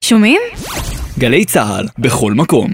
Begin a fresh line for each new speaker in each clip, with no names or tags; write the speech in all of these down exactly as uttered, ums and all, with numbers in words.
שומעים?
גלי צהל, בכל מקום.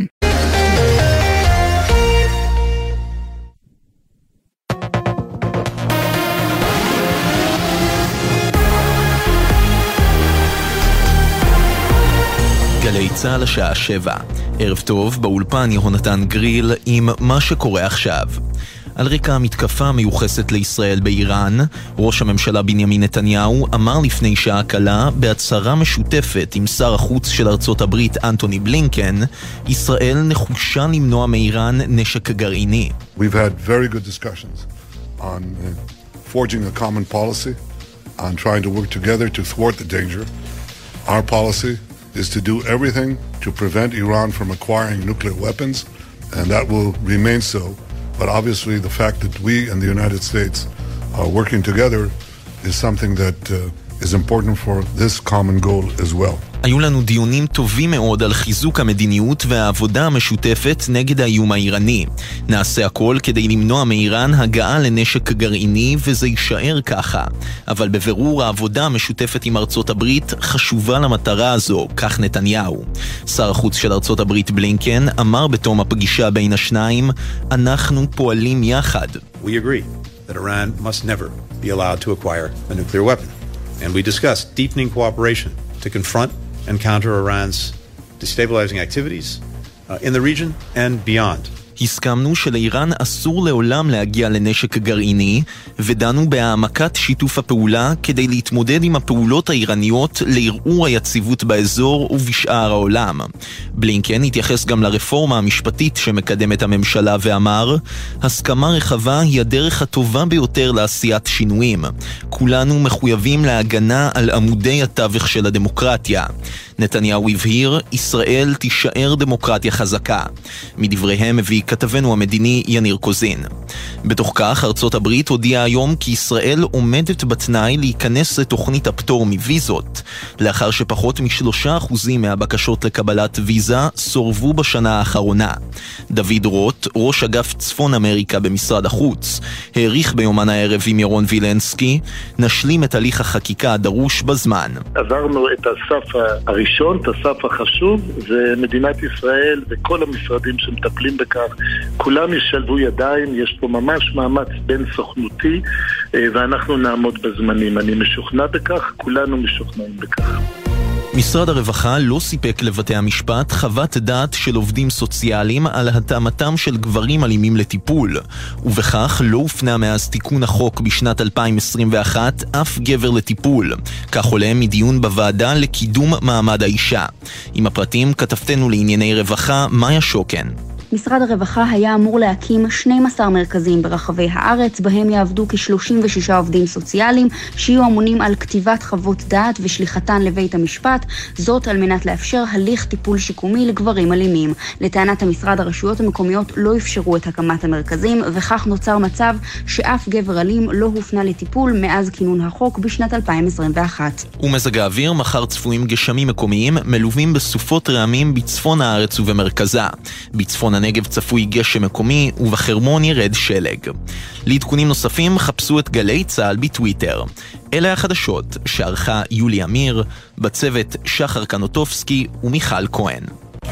גלי צהל השעה שבע. ערב טוב, באולפן יהונתן גריל עם מה שקורה עכשיו. על רקע המתקפה המיוחסת לישראל באיראן, ראש הממשלה בנימין נתניהו אמר לפני שעה קלה בהצהרה משותפת עם שר החוץ של ארצות הברית אנטוני בלינקן, ישראל נחושה למנוע מאיראן נשק גרעיני.
We've had very good discussions on uh, forging a common policy, on trying to work together to thwart the danger. Our policy is to do everything to prevent Iran from acquiring nuclear weapons, and that will remain so. But obviously the fact that we and the United States are working together is something that uh, is important for this common goal as well.
היו לנו דיונים טובים מאוד על חיזוק המדיניות והעבודה המשותפת נגד האיום האיראני. נעשה הכל כדי למנוע מאיראן הגעה לנשק גרעיני, וזה יישאר ככה. אבל בבירור העבודה המשותפת עם ארצות הברית חשובה למטרה הזו, כך נתניהו. שר החוץ של ארצות הברית בלינקן אמר בתום הפגישה בין השניים, אנחנו פועלים יחד.
We agree that Iran must never be allowed to acquire a nuclear weapon. And we discussed deepening cooperation to confront and counter Iran's destabilizing activities uh, in the region and beyond.
הסכמנו שלאיראן אסור לעולם להגיע לנשק גרעיני, ודנו בהעמקת שיתוף הפעולה כדי להתמודד עם הפעולות האיראניות לערעור היציבות באזור ובשאר העולם. בלינקן התייחס גם לרפורמה המשפטית שמקדמת הממשלה ואמר, הסכמה רחבה היא הדרך הטובה ביותר לעשיית שינויים. כולנו מחויבים להגנה על עמודי התווך של הדמוקרטיה. נתניהו הבהיר, ישראל תישאר דמוקרטיה חזקה. מדבריהם הביא כתבנו המדיני יניר קוזין. בתוך כך, ארצות הברית הודיעה היום כי ישראל עומדת בתנאי להיכנס לתוכנית הפטור מוויזות, לאחר שפחות משלושה אחוזים מהבקשות לקבלת ויזה סורבו בשנה האחרונה. דוד רוט, ראש אגף צפון אמריקה במשרד החוץ, העריך ביומן הערב עם ירון וילנסקי, נשלים את הליך החקיקה הדרוש בזמן.
עברנו את הסף הראשון, את הסף החשוב, ומדינת ישראל וכל המשרדים שמטפלים בכך, כולם ישלבו ידיים, יש פה ממש מאמץ בין סוכנותי, ואנחנו נעמוד בזמנים. אני משוכנע בכך, כולנו משוכנעים בכך.
משרד הרווחה לא סיפק לבתי המשפט חוות דעת של עובדים סוציאליים על התאמתם של גברים אלימים לטיפול, ובכך לא הופנה מאז תיקון החוק בשנת אלפיים עשרים ואחת אף גבר לטיפול, כך עולה מדיון בוועדה לקידום מעמד האישה. עם הפרטים כתבתנו לענייני רווחה מאיה שוקן.
משרד הרווחה היה אמור להקים שנים עשר מרכזים ברחבי הארץ, בהם יעבדו כ-שלושים ושישה עובדים סוציאליים, שיהיו אמונים על כתיבת חוות דעת ושליחתן לבית המשפט, זאת על מנת לאפשר הליך טיפול שיקומי לגברים אלימים. לטענת המשרד, הרשויות המקומיות לא אפשרו את הקמת המרכזים, וכך נוצר מצב שאף גבר אלים לא הופנה לטיפול מאז כינון החוק בשנת אלפיים עשרים ואחת.
ומזג האוויר, מחר צפויים גשמים מקומיים מלווים בסופות רעמים בצפון הארץ ובמרכזה. בצפון הנגב צפוי גשם מקומי ובחרמון ירד שלג. לעדכונים נוספים חפשו את גלי צהל בטוויטר. אלה החדשות שערכה יולי אמיר, בצוות שחר קנוטובסקי ומיכל כהן.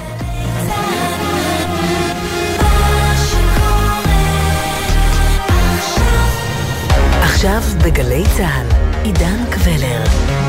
עכשיו בגלי צהל, עידן קבלר.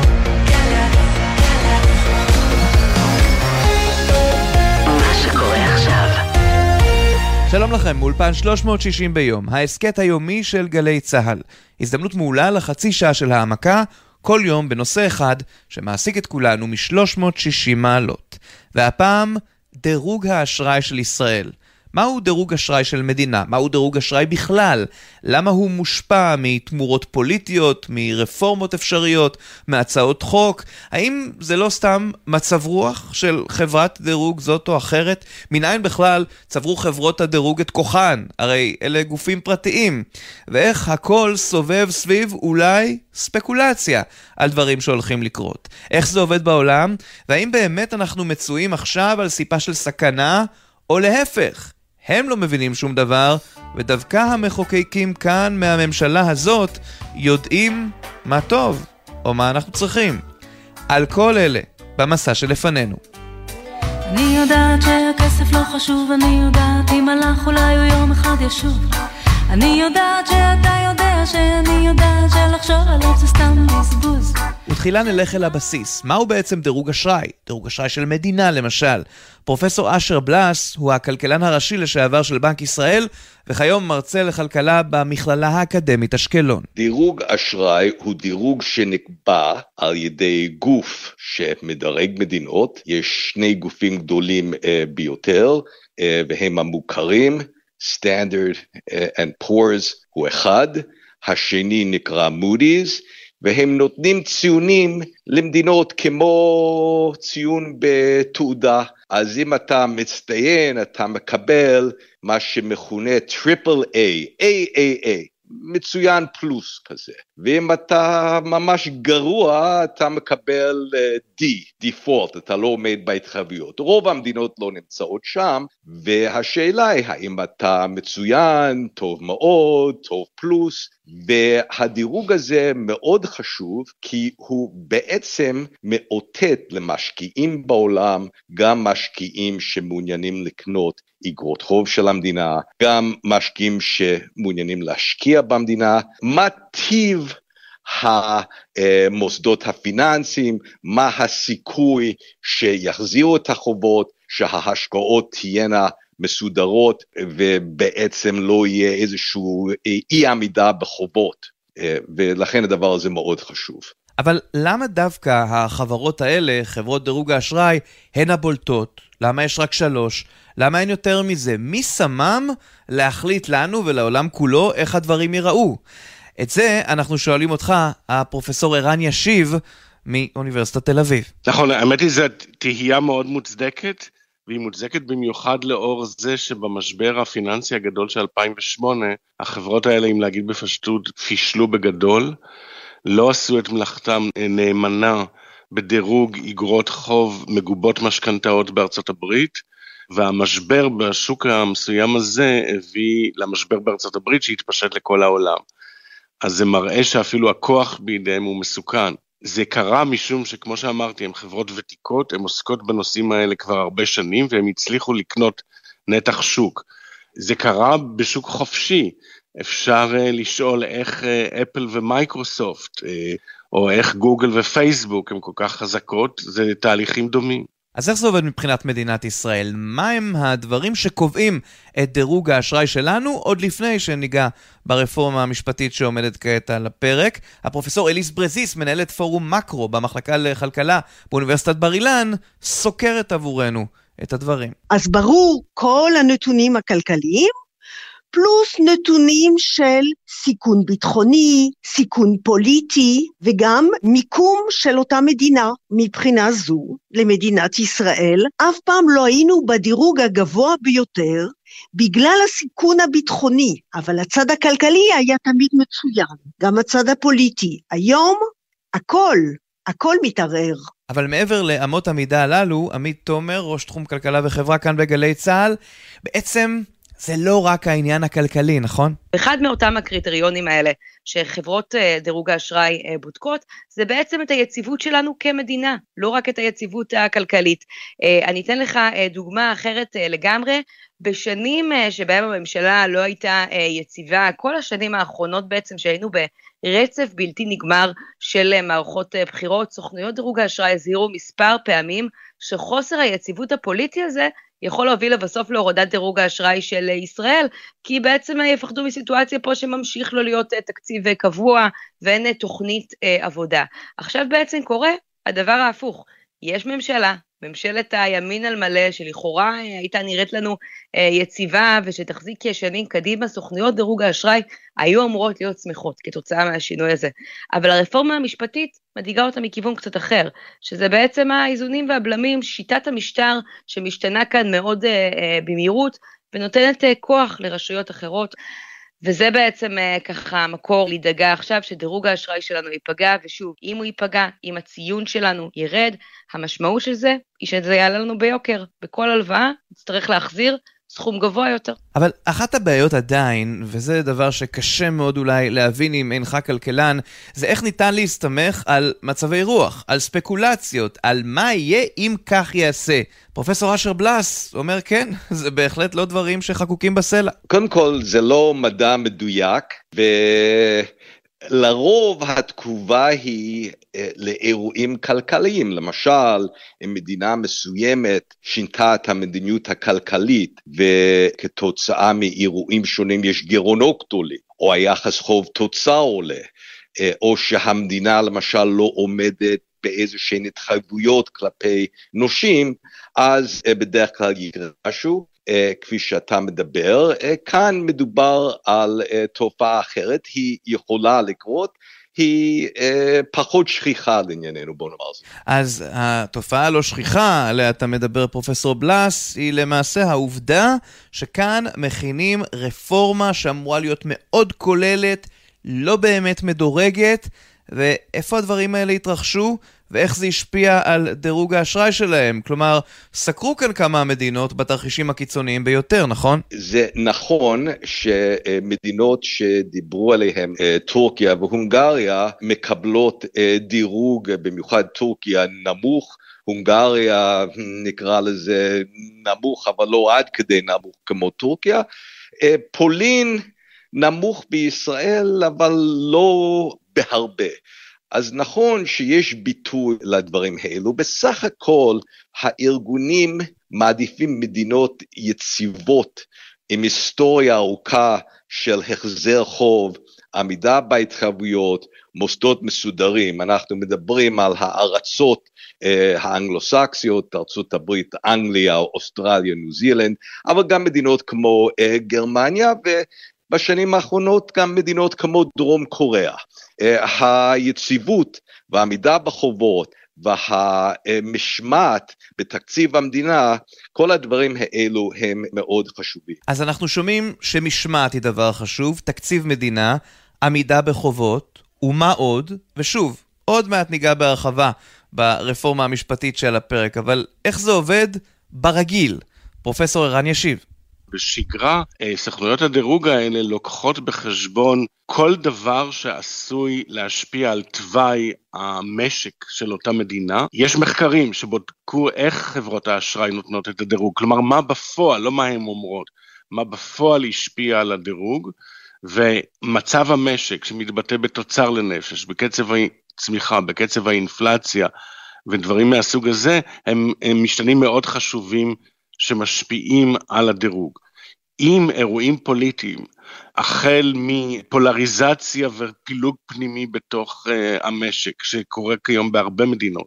שלום לכם, מאולפן שלוש מאות שישים ביום, ההסקט היומי של גלי צהל. הזדמנות מעולה לחצי שעה של העמקה, כל יום בנושא אחד שמעסיק את כולנו מ-שלוש מאות שישים מעלות. והפעם, דירוג האשראי של ישראל. מהו דירוג אשראי של מדינה? מהו דירוג אשראי בכלל? למה הוא מושפע מתמורות פוליטיות, מרפורמות אפשריות, מהצעות חוק? האם זה לא סתם מצב רוח של חברת דירוג זאת או אחרת? מנין בכלל צברו חברות הדירוג את כוחן? הרי אלה גופים פרטיים. ואיך הכל סובב סביב אולי ספקולציה על דברים שהולכים לקרות? איך זה עובד בעולם? והאם באמת אנחנו מצויים עכשיו על סיפה של סכנה או להפך? הם לא מבינים שום דבר, ודווקא המחוקקים כאן מהממשלה הזאת יודעים מה טוב או מה אנחנו צריכים. על כל אלה במסע שלפנינו.
אני יודעת שהכסף לא חשוב, אני יודעת אם הלך אולי הוא יום אחד ישוב. אני יודעת שאתה יודע שאני יודעת שלחשוב עליו זה סתם בזבוז.
ותחילה נלך אל הבסיס. מהו בעצם דירוג אשראי? דירוג אשראי של מדינה למשל. פרופסור אשר בלס הוא הכלכלן הראשי לשעבר של בנק ישראל, וכיום מרצה לכלכלה במכללה האקדמית אשקלון.
דירוג אשראי הוא דירוג שנקבע על ידי גוף שמדרג מדינות. יש שני גופים גדולים uh, ביותר, uh, והם המוכרים, Standard and Poor's הוא אחד, השני נקרא Moody's, והם נותנים ציונים למדינות כמו ציון בתעודה. אז אם אתה מצטיין, אתה מקבל מה שמכונה טריפל איי, איי איי איי, מצוין פלוס כזה. ואם אתה ממש גרוע, אתה מקבל D, default, אתה לא עומד בהתחייבויות. רוב המדינות לא נמצאות שם, והשאלה היא, האם אתה מצוין, טוב מאוד, טוב פלוס, והדירוג הזה מאוד חשוב, כי הוא בעצם מאותת למשקיעים בעולם, גם משקיעים שמעוניינים לקנות איגרות חוב של המדינה, גם משקיעים שמעוניינים להשקיע במדינה, מה טיב המוסדות הפיננסיים, מה הסיכוי שיחזירו את החובות, שההשקעות תהיינה מסודרות ובעצם לא יהיה איזשהו אי עמידה בחובות, ולכן הדבר הזה מאוד חשוב.
אבל למה דווקא החברות האלה, חברות דירוג האשראי, הן הבולטות? למה יש רק שלוש? למה אין יותר מזה? מי שמם להחליט לנו ולעולם כולו איך הדברים ייראו? את זה אנחנו שואלים אותך, הפרופסור ערן ישיב מאוניברסיטת תל אביב.
נכון, האמת היא זו תהייה מאוד מוצדקת, והיא מוצדקת במיוחד לאור זה שבמשבר הפיננסי הגדול של אלפיים ושמונה, החברות האלה, אם להגיד בפשטות, פישלו בגדול, לא עשו את מלאכתם נאמנה בדירוג איגרות חוב מגובות משכנתאות בארצות הברית, והמשבר בשוק המסוים הזה הביא למשבר בארצות הברית שהתפשט לכל העולם. אז זה מראה שאפילו הכוח בידיהם הוא מסוכן. זה קרה משום שכמו שאמרתי, הן חברות ותיקות, הן עוסקות בנושאים האלה כבר הרבה שנים, והם הצליחו לקנות נתח שוק. זה קרה בשוק חופשי. אפשר uh, לשאול איך uh, אפל ומייקרוסופט, uh, או איך גוגל ופייסבוק הם כל כך חזקות, זה תהליכים דומים.
אז איך זה עובד מבחינת מדינת ישראל? מה הם הדברים שקובעים את דירוג האשראי שלנו, עוד לפני שניגע ברפורמה המשפטית שעומדת כעת על הפרק? הפרופסור אליס ברזיס, מנהלת פורום מקרו במחלקה לכלכלה באוניברסיטת בר אילן, סוקרת עבורנו את הדברים.
אז ברור כל הנתונים הכלכליים, פלוס נתונים של סיכון ביטחוני, סיכון פוליטי, וגם מיקום של אותה מדינה. מבחינה זו, למדינת ישראל, אף פעם לא היינו בדירוג הגבוה ביותר, בגלל הסיכון הביטחוני, אבל הצד הכלכלי היה תמיד מצוין, גם הצד הפוליטי. היום, הכל, הכל מתערער.
אבל מעבר לאמות המידה הללו, עמית תומר, ראש תחום כלכלה וחברה כאן בגלי צהל, בעצם זה לא רק העניין הכלכלי, נכון?
אחד מאותם הקריטריונים האלה שחברות דירוג האשראי בודקות, זה בעצם את היציבות שלנו כמדינה, לא רק את היציבות הכלכלית. אני אתן לך דוגמה אחרת לגמרי, בשנים שבהם הממשלה לא הייתה יציבה, כל השנים האחרונות בעצם שהיינו ברצף בלתי נגמר של מערכות בחירות, סוכנויות דירוג האשראי הזהירו מספר פעמים שחוסר היציבות הפוליטי הזה יכול להוביל לבסוף להורדת דירוג האשראי של ישראל, כי בעצם יפחדו מסיטואציה פה שממשיך לא להיות תקציב קבוע ואין תוכנית עבודה. עכשיו בעצם קורה הדבר ההפוך, יש ממשלה, ממשלת הימין על מלא, שלכאורה הייתה נראית לנו יציבה, ושתחזיק כשנים קדימה, סוכנויות דירוג האשראי היו אמורות להיות שמחות כתוצאה מהשינוי הזה. אבל הרפורמה המשפטית מדאיגה אותה מכיוון קצת אחר, שזה בעצם האיזונים והבלמים, שיטת המשטר שמשתנה כאן מאוד במהירות, ונותנת כוח לרשויות אחרות. וזה בעצם ככה מקור לדאגה עכשיו שדירוג האשראי שלנו ייפגע, ושוב, אם הוא ייפגע, אם הציון שלנו ירד, המשמעות של זה היא שזה יעלה לנו ביוקר. בכל הלוואה נצטרך להחזיר סכום גבוה יותר.
אבל אחת הבעיות עדיין, וזה דבר שקשה מאוד אולי להבין אם אינך כלכלן, זה איך ניתן להסתמך על מצבי רוח, על ספקולציות, על מה יהיה אם כך יעשה. פרופסור אשר בלס אומר כן, זה בהחלט לא דברים שחקוקים בסלע.
קודם כל זה לא מדע מדויק, ולרוב התגובה היא לאירועים כלכליים. למשל, אם מדינה מסוימת שינתה את המדיניות הכלכלית, וכתוצאה מאירועים שונים יש גירעונות גדולים, או היחס חוב תוצר עולה, או שהמדינה למשל לא עומדת באיזשהן התחייבויות כלפי נושים, אז בדרך כלל יקרה משהו, כפי שאתה מדבר. כאן מדובר על תופעה אחרת, היא יכולה לקרות, היא פחות שכיחה לענייננו, בוא נאמר זאת.
אז התופעה לא שכיחה, עליה אתה מדבר פרופסור בלס, היא למעשה העובדה שכאן מכינים רפורמה שאמורה להיות מאוד כוללת, לא באמת מדורגת, ואיפה הדברים האלה התרחשו, ואיך זה השפיע על דירוג האשראי שלהם. כלומר, סקרו כאן כמה מדינות בתרחישים הקיצוניים ביותר, נכון?
זה נכון שמדינות שדיברו עליהם, טורקיה והונגריה, מקבלות דירוג, במיוחד טורקיה, נמוך, הונגריה נקרא לזה נמוך, אבל לא עד כדי נמוך כמו טורקיה. פולין נמוך בישראל, אבל לא בהרבה. אז נכון שיש ביטוי לדברים האלו, בסך הכל הארגונים מעדיפים מדינות יציבות עם היסטוריה ארוכה של החזר חוב, עמידה בהתחייבויות, מוסדות מסודרים. אנחנו מדברים על הארצות אה, האנגלוסקסיות, ארצות הברית, אנגליה, אוסטרליה, ניו זילנד, אבל גם מדינות כמו אה, גרמניה, ובשנים האחרונות גם מדינות כמו דרום קוריאה. היציבות והעמידה בחובות והמשמעת בתקציב המדינה, כל הדברים האלו הם מאוד חשובים.
אז אנחנו שומעים שמשמעת היא דבר חשוב, תקציב מדינה, עמידה בחובות, ומה עוד? ושוב, עוד מעט ניגע בהרחבה ברפורמה המשפטית של הפרק, אבל איך זה עובד ברגיל? פרופסור ערן ישיב.
בשגרה, סוכנויות הדירוג האלה לוקחות בחשבון כל דבר שעשוי להשפיע על תוואי המשק של אותה מדינה. יש מחקרים שבודקו איך חברות האשראי נותנות את הדירוג, כלומר מה בפועל, לא מה הן אומרות, מה בפועל השפיע על הדירוג, ומצב המשק שמתבטא בתוצר לנפש, בקצב הצמיחה, בקצב האינפלציה, ודברים מהסוג הזה, הם, הם משתנים מאוד חשובים שמשפיעים על הדירוג. עם אירועים פוליטיים, החל מפולריזציה ופילוג פנימי בתוך uh, המשק, שקורה כיום בהרבה מדינות,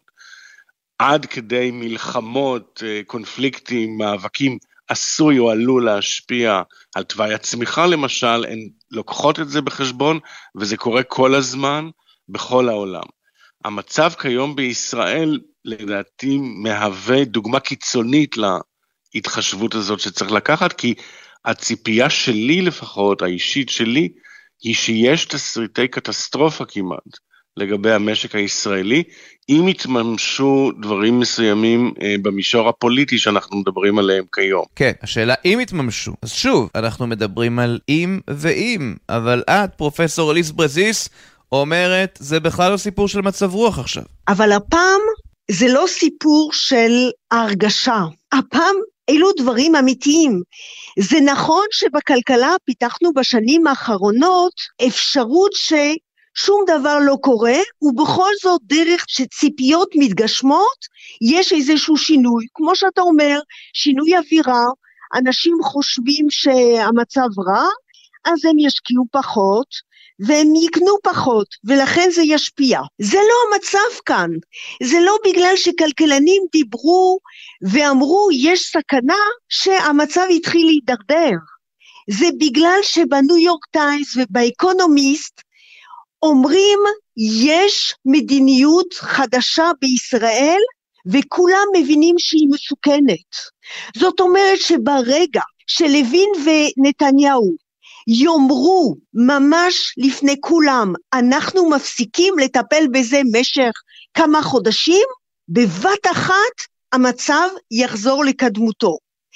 עד כדי מלחמות, uh, קונפליקטים, מאבקים, עשוי או עלול להשפיע על תוואי הצמיחה למשל, הן לוקחות את זה בחשבון, וזה קורה כל הזמן בכל העולם. המצב כיום בישראל, לדעתי, מהווה דוגמה קיצונית לה, התחשבות הזאת שצריך לקחת, כי הציפייה שלי לפחות, האישית שלי, היא שיש תסריטי קטסטרופה כמעט לגבי המשק הישראלי, אם יתממשו דברים מסוימים אה, במישור הפוליטי שאנחנו מדברים עליהם כיום.
כן, השאלה אם יתממשו. אז שוב, אנחנו מדברים על אם ואם, אבל את, פרופסור אליס ברזיס, אומרת, זה בכלל לא סיפור של מצב רוח עכשיו.
אבל הפעם זה לא סיפור של הרגשה. הפעם אלו דברים אמיתיים. זה נכון שבכלכלה פיתחנו בשנים האחרונות אפשרות ששום דבר לא קורה, ובכל זאת דרך שציפיות מתגשמות, יש איזשהו שינוי. כמו שאתה אומר, שינוי אווירה, אנשים חושבים שהמצב רע, אז הם ישקיעו פחות, והם יקנו פחות, ולכן זה ישפיע. זה לא המצב כאן, זה לא בגלל שכלכלנים דיברו ואמרו יש סכנה שהמצב התחיל להידרדר. זה בגלל שבניו יורק טיימס ובאקונומיסט אומרים יש מדיניות חדשה בישראל, וכולם מבינים שהיא מסוכנת. זאת אומרת שברגע שלוין ונתניהו יאמרו ממש לפני כולם, אנחנו מפסיקים לטפל בזה משך כמה חודשים, בבת אחת המצב יחזור לקדמותו.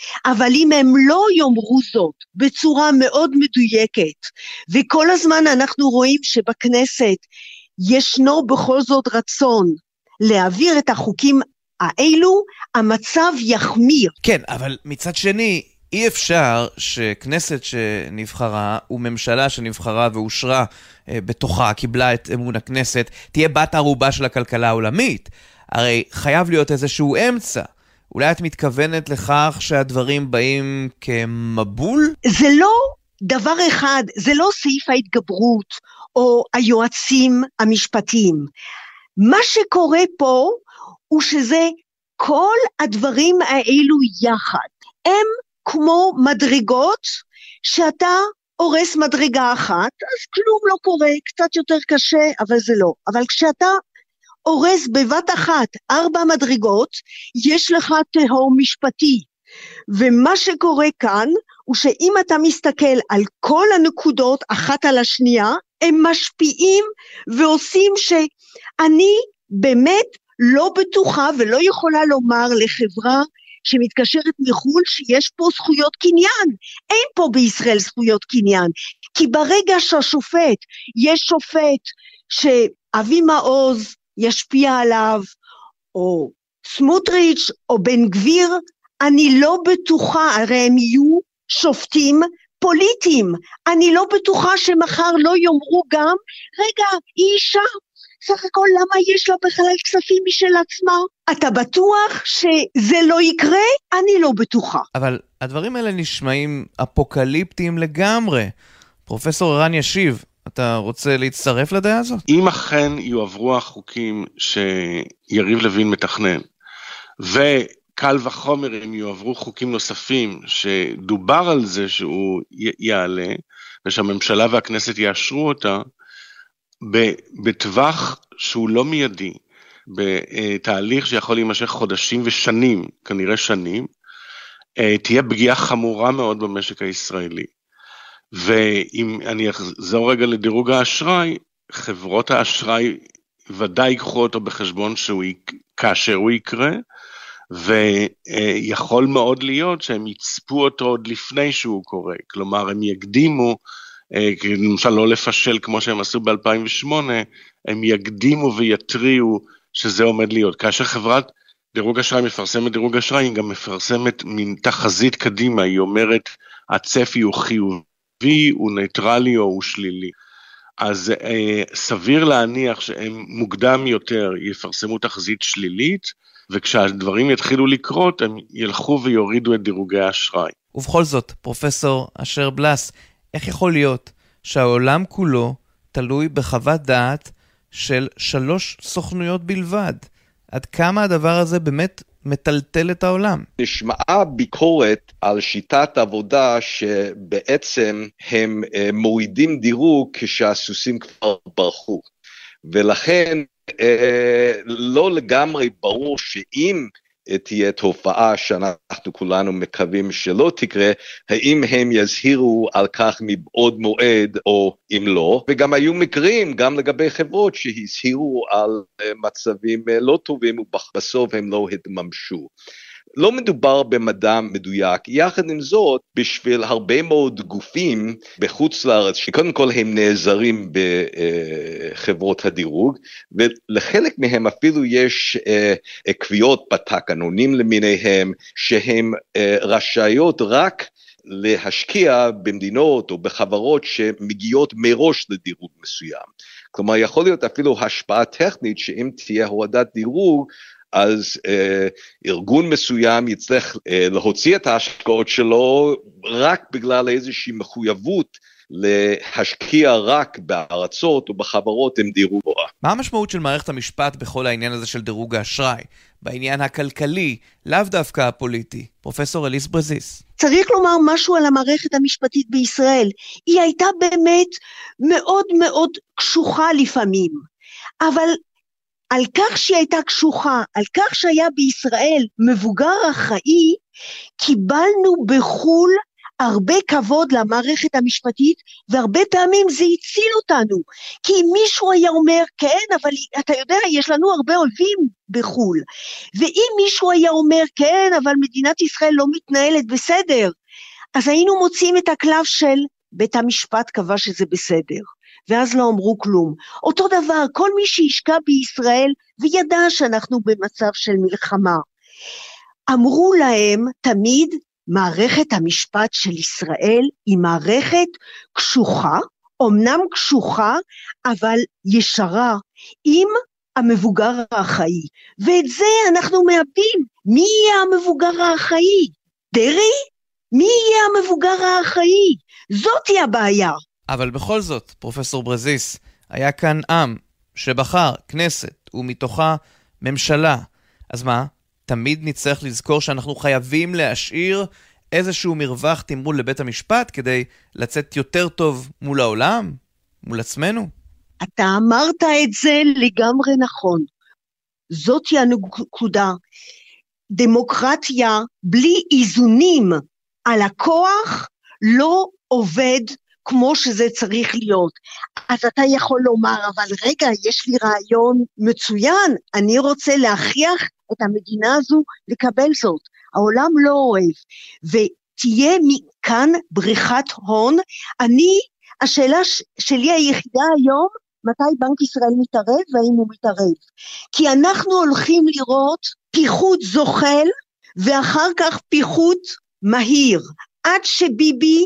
אבל אם הם לא יאמרו זאת בצורה מאוד מדויקת, וכל הזמן אנחנו רואים שבכנסת ישנו בכל זאת רצון להעביר את החוקים האלו, המצב יחמיר.
כן, אבל מצד שני, אי אפשר שכנסת שנבחרה וממשלה שנבחרה ואושרה בתוכה, קיבלה את אמון הכנסת, תהיה בת ערובה של הכלכלה העולמית. הרי חייב להיות איזשהו אמצע. אולי את מתכוונת לכך שהדברים באים כמבול?
זה לא דבר אחד, זה לא סעיף ההתגברות או היועצים המשפטיים. מה שקורה פה הוא שזה כל הדברים האלו יחד. הם כמו מדרגות שאתה הורס מדרגה אחת, אז כלום לא קורה, קצת יותר קשה, אבל זה לא. אבל כשאתה הורס בבת אחת ארבע מדרגות, יש לך תהום משפטי. ומה שקורה כאן, הוא שאם אתה מסתכל על כל הנקודות אחת על השנייה, הם משפיעים ועושים שאני באמת לא בטוחה ולא יכולה לומר לחברה שמתקשרת מחול שיש פה זכויות קניין. אין פה בישראל זכויות קניין, כי ברגע שהשופט, יש שופט שאבי מעוז ישפיע עליו, או סמוטריץ' או בן גביר, אני לא בטוחה, הרי הם יהיו שופטים פוליטיים, אני לא בטוחה שמחר לא יאמרו גם, רגע, היא אישה, סך הכל למה יש לה בכלל כספים משל עצמה? אתה בטוח שזה לא יקרה? אני לא בטוחה.
אבל הדברים האלה נשמעים אפוקליפטיים לגמרי. פרופסור ערן ישיב, אתה רוצה להצטרף לדעה הזאת?
אם אכן יועברו החוקים שיריב לוין מתכנן, וקל וחומר אם יועברו חוקים נוספים שדובר על זה שהוא יעלה, ושהממשלה והכנסת יאשרו אותה, בטווח שהוא לא מיידי, בתהליך שיכול להימשך חודשים ושנים, כנראה שנים, תהיה פגיעה חמורה מאוד במשק הישראלי. ואם אני אחזור רגע לדירוג האשראי, חברות האשראי ודאי ייקחו אותו בחשבון שהוא, כאשר הוא יקרה, ויכול מאוד להיות שהם יצפו אותו עוד לפני שהוא קורה, כלומר הם יקדימו, למשל לא לפשל כמו שהם עשו ב-אלפיים ושמונה, הם יקדימו ויתריעו שזה עומד להיות. כאשר חברת דירוג אשראי מפרסמת דירוג אשראי, היא גם מפרסמת מן תחזית קדימה, היא אומרת הצפי הוא חיובי, הוא ניטרלי או הוא שלילי. אז אה, סביר להניח שהם מוקדם יותר יפרסמו תחזית שלילית, וכשהדברים יתחילו לקרות, הם ילכו ויורידו את דירוגי האשראי.
ובכל זאת, פרופסור אשר בלס, איך יכול להיות שהעולם כולו תלוי בחוות דעת של שלוש סוכנויות בלבד? עד כמה הדבר הזה באמת מטלטל את העולם?
נשמעה ביקורת על שיטת עבודה שבעצם הם מורידים דירוג כשהסוסים כבר ברחו. ולכן לא לגמרי ברור שאם תהיה תופעה שאנחנו כולנו מקווים שלא תקרה, האם הם יזהירו על כך מבעוד מועד או אם לא, וגם היו מקרים גם לגבי חברות שהזהירו על מצבים לא טובים ובסוף הם לא התממשו. לא מדובר במדע מדויק, יחד עם זאת, בשביל הרבה מאוד גופים בחוץ לארץ, שקודם כל הם נעזרים בחברות הדירוג, ולחלק מהם אפילו יש קביעות בתקנונים למיניהם, שהם רשאיות רק להשקיע במדינות או בחברות שמגיעות מראש לדירוג מסוים. כלומר, יכול להיות אפילו השפעה טכנית שאם תהיה הורדת דירוג, אז אה, ארגון מסוים יצטרך אה, להוציא את ההשקעות שלו רק בגלל איזושהי מחויבות להשקיע רק בארצות או בחברות עם דירוג גבוה.
מה המשמעות של מערכת המשפט בכל העניין הזה של דירוג האשראי? בעניין הכלכלי, לאו דווקא הפוליטי. פרופסור אליס ברזיס.
צריך לומר משהו על המערכת המשפטית בישראל. היא הייתה באמת מאוד מאוד קשוחה לפעמים, אבל על כך שהיא הייתה קשוחה, על כך שהיה בישראל מבוגר אחראי, קיבלנו בחול הרבה כבוד למערכת המשפטית, והרבה פעמים זה הציל אותנו, כי אם מישהו היה אומר, כן, אבל אתה יודע, יש לנו הרבה אויבים בחול, ואם מישהו היה אומר, כן, אבל מדינת ישראל לא מתנהלת בסדר, אז היינו מוצאים את הקלף של בית המשפט קבע שזה בסדר, ואז לא אמרו כלום. אותו דבר, כל מי שישקע בישראל, וידע שאנחנו במצב של מלחמה, אמרו להם תמיד, מערכת המשפט של ישראל היא מערכת קשוחה, אמנם קשוחה, אבל ישרה, עם המבוגר האחראי. ואת זה אנחנו מאבדים. מי יהיה המבוגר האחראי? דרי? מי יהיה המבוגר האחראי? זאת היא הבעיה.
אבל בכל זאת, פרופסור ברזיס, היה כאן עם שבחר כנסת ומתוכה ממשלה. אז מה? תמיד נצטרך לזכור שאנחנו חייבים להשאיר איזשהו מרווח תמרון לבית המשפט כדי לצאת יותר טוב מול העולם, מול עצמנו.
אתה אמרת את זה לגמרי נכון. זאת היא הנקודה. דמוקרטיה בלי איזונים על הכוח לא עובד כמו שזה צריך להיות. אז אתה יכול לומר, אבל רגע, יש לי רעיון מצוין, אני רוצה להכריח את המדינה הזו לקבל זאת. העולם לא אוהב, ותהיה מכאן בריחת הון. אני, השאלה שלי היחידה היום, מתי בנק ישראל מתערב והאם הוא מתערב? כי אנחנו הולכים לראות פיחות זוחל, ואחר כך פיחות מהיר, עד שביבי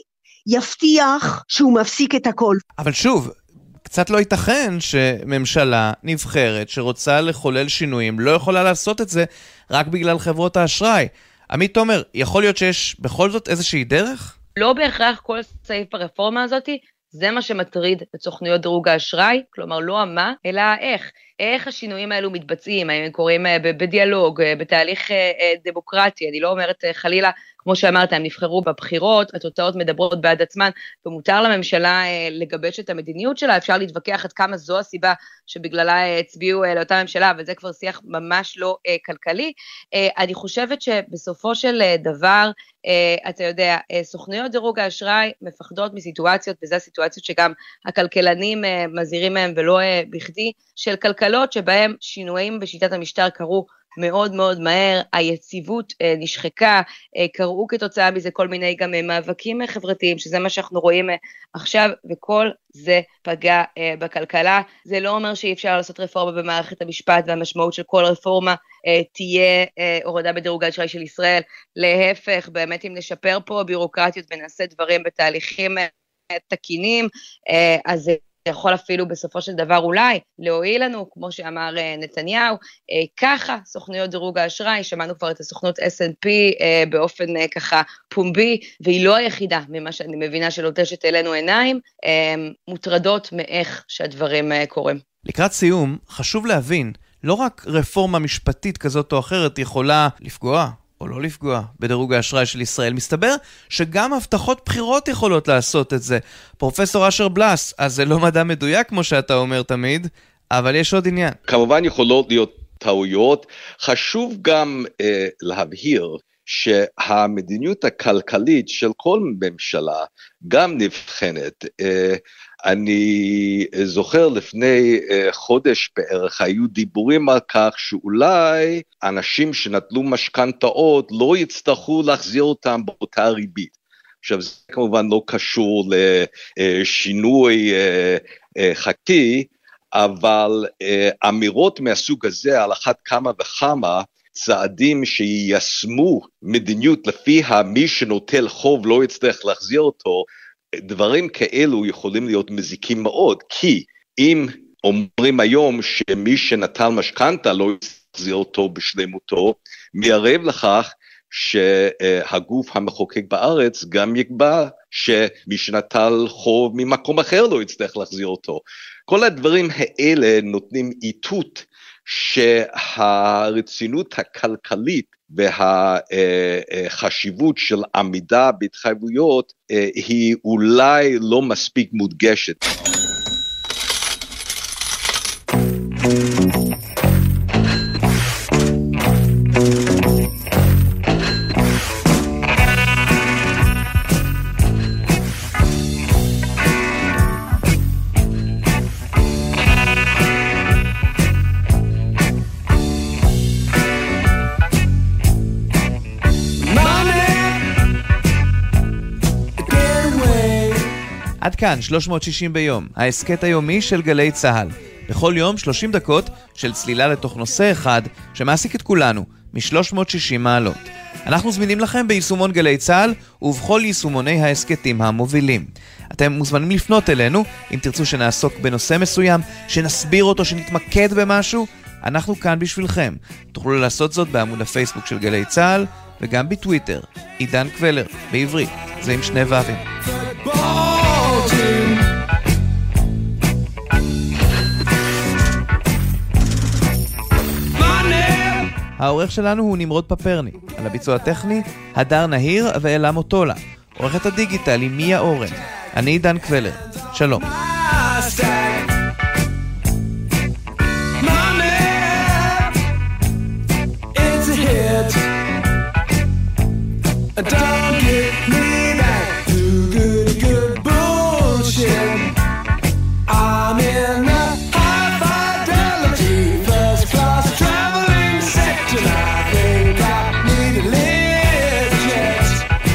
יבטיח שהוא מפסיק את הכל.
אבל שוב, קצת לא ייתכן שממשלה נבחרת שרוצה לחולל שינויים לא יכולה לעשות את זה רק בגלל חברות האשראי. עמית תומר, יכול להיות שיש בכל זאת איזושהי דרך?
לא בהכרח כל סעיף הרפורמה הזאת, זה מה שמטריד את סוכנויות דירוג האשראי, כלומר לא המה, אלא איך. איך השינויים האלו מתבצעים, האם הם קוראים בדיאלוג, בתהליך דמוקרטי, אני לא אומרת חלילה, כמו שאמרת, הם נבחרו בבחירות, התוצאות מדברות בעד עצמן, ומותר לממשלה לגבש את המדיניות שלה, אפשר להתווכח עד כמה זו הסיבה שבגללה הצביעו לאותה ממשלה, אבל זה כבר שיח ממש לא כלכלי. אני חושבת שבסופו של דבר, אתה יודע, סוכנויות דירוג האשראי מפחדות מסיטואציות, וזה הסיטואציות שגם הכלכלנים מזהירים מהם ולא בכדי, של כלכלות שבהם שינויים בשיטת המשטר קרו מאוד מאוד מהר, היציבות אה, נשחקה, אה, קראו כתוצאה מזה כל מיני גם אה, מאבקים אה, חברתיים, שזה מה שאנחנו רואים אה, עכשיו, וכל זה פגע אה, בכלכלה. זה לא אומר שאי אפשר לעשות רפורמה במערכת המשפט, והמשמעות של כל רפורמה אה, תהיה אה, הורדה בדירוג האשראי של ישראל, להפך, באמת אם נשפר פה בירוקרטיות ונעשה דברים בתהליכים אה, תקינים, אה, אז זה יכול אפילו בסופו של דבר אולי להועיל לנו, כמו שאמר נתניהו, ככה סוכנויות דירוג האשראי, שמענו כבר את הסוכנות אס אנד פי באופן ככה פומבי, והיא לא היחידה ממה שאני מבינה שלוטשת אלינו עיניים, מוטרדות מאיך שהדברים קורים.
לקראת סיום, חשוב להבין, לא רק רפורמה משפטית כזאת או אחרת יכולה לפגוע, או לא לפגוע בדירוג האשראי של ישראל. מסתבר שגם הבטחות בחירות יכולות לעשות את זה. פרופסור אשר בלס, אז זה לא מדע מדויק כמו שאתה אומר תמיד, אבל יש עוד עניין.
כמובן יכולות להיות טעויות. חשוב גם אה, להבהיר שהמדיניות הכלכלית של כל ממשלה גם נבחנת. אה, אני זוכר לפני uh, חודש בערך היו דיבורים על כך שאולי אנשים שנטלו משכנתאות לא יצטרכו להחזיר אותם באותה ריבית. עכשיו זה כמובן לא קשור לשינוי uh, uh, חקי, אבל uh, אמירות מהסוג הזה על אחת כמה וכמה צעדים שיישמו מדיניות לפיה מי שנוטל חוב לא יצטרך להחזיר אותו, דברים כאלו יכולים להיות מזיקים מאוד, כי אם אומרים היום שמי שנטל משכנתה לא יחזיר אותו בשלמותו, מערב לכך שהגוף המחוקק בארץ גם יקבע שמי שנטל חוב ממקום אחר לא יצטרך להחזיר אותו. כל הדברים האלה נותנים איתות שהרצינות הכלכלית והחשיבות של עמידה בהתחייבויות היא אולי לא מספיק מודגשת.
עד כאן שלוש מאות שישים ביום, ההסקט היומי של גלי צהל. בכל יום שלושים דקות של צלילה לתוך נושא אחד שמעסיק את כולנו מ-שלוש מאות ושישים מעלות. אנחנו זמינים לכם ביישומון גלי צהל ובכל יישומוני ההסקטים המובילים. אתם מוזמנים לפנות אלינו אם תרצו שנעסוק בנושא מסוים, שנסביר אותו, שנתמקד במשהו. אנחנו כאן בשבילכם. תוכלו לעשות זאת בעמוד הפייסבוק של גלי צהל וגם בטוויטר. עידן קבלר, בעברית, זה עם שני ו"ים. העורך שלנו הוא נמרוד פפרני, על הביצוע הטכני הדר נהיר ואלה מוטולה, עורכת הדיגיטל היא מיה אורן. אני עידן קבלר, שלום.
Don't get me back to good, good bullshit. I'm in a high fidelity first class traveling section. I think I need a lift jet.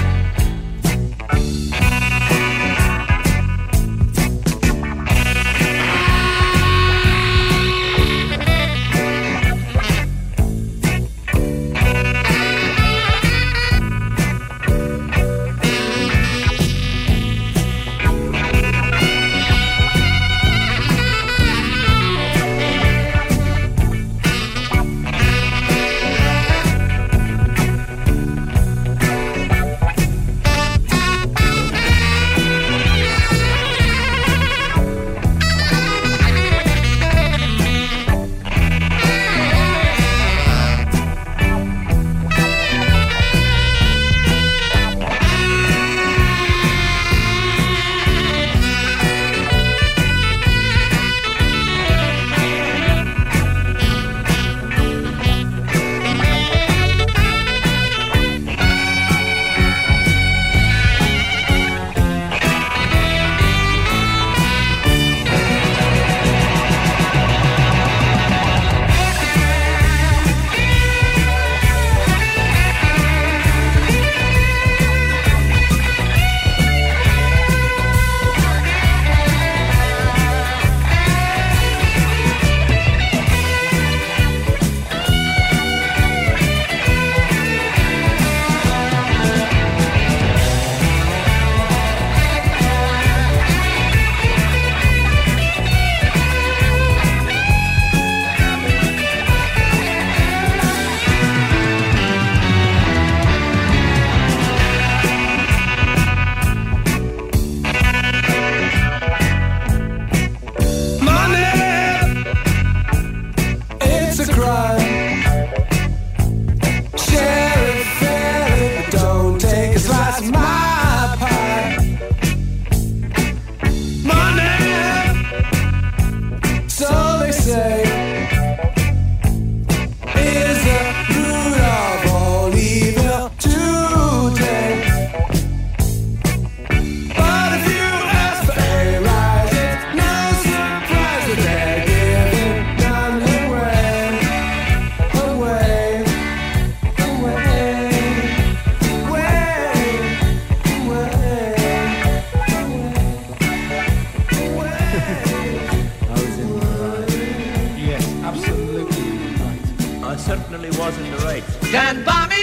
Stand by me,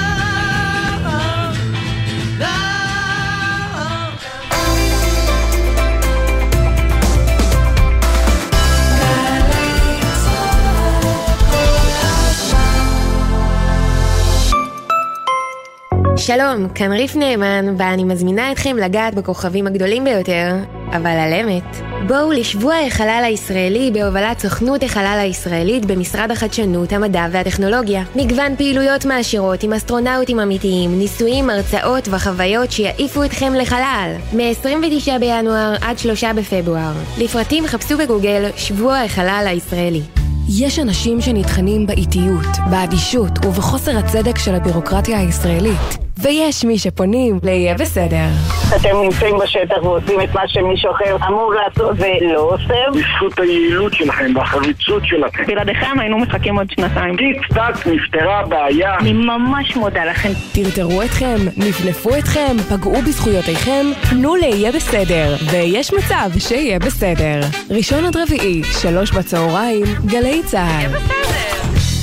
love, love.
שלום, כאן ריף נאמן, ואני מזמינה אתכם לגעת בכוכבים הגדולים ביותר, אבל על אמת. בואו לשבוע החלל הישראלי בהובלת סוכנות החלל הישראלית במשרד החדשנות, המדע והטכנולוגיה. מגוון פעילויות מעשירות עם אסטרונאוטים אמיתיים, ניסויים, הרצאות וחוויות שיעיפו אתכם לחלל. מ-עשרים ותשעה בינואר עד שלושה בפברואר. לפרטים חפשו בגוגל שבוע החלל הישראלי.
יש אנשים שנתחנים באיטיות, באדישות ובחוסר הצדק של הבירוקרטיה הישראלית.
ויש מי שפונים ליהיה בסדר.
אתם נמצאים בשטח ועושים את מה שמישהו אחר אמור לעשות ולא עושה.
בזכות היעילות שלכם והחריצות שלכם.
בלעדיכם היינו מחכים עוד שנתיים.
טיק טק נפתרה הבעיה.
אני ממש מודה לכם.
טרטרו אתכם, נפנפו אתכם, פגעו בזכויותיכם, פנו ליהיה בסדר, ויש מצב שיהיה בסדר. ראשון עד רביעי, שלוש בצהריים, גלי צהל.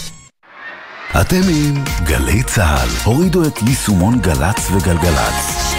אתם עם גלי צהל. הורידו את יישומון גלץ וגלגלץ.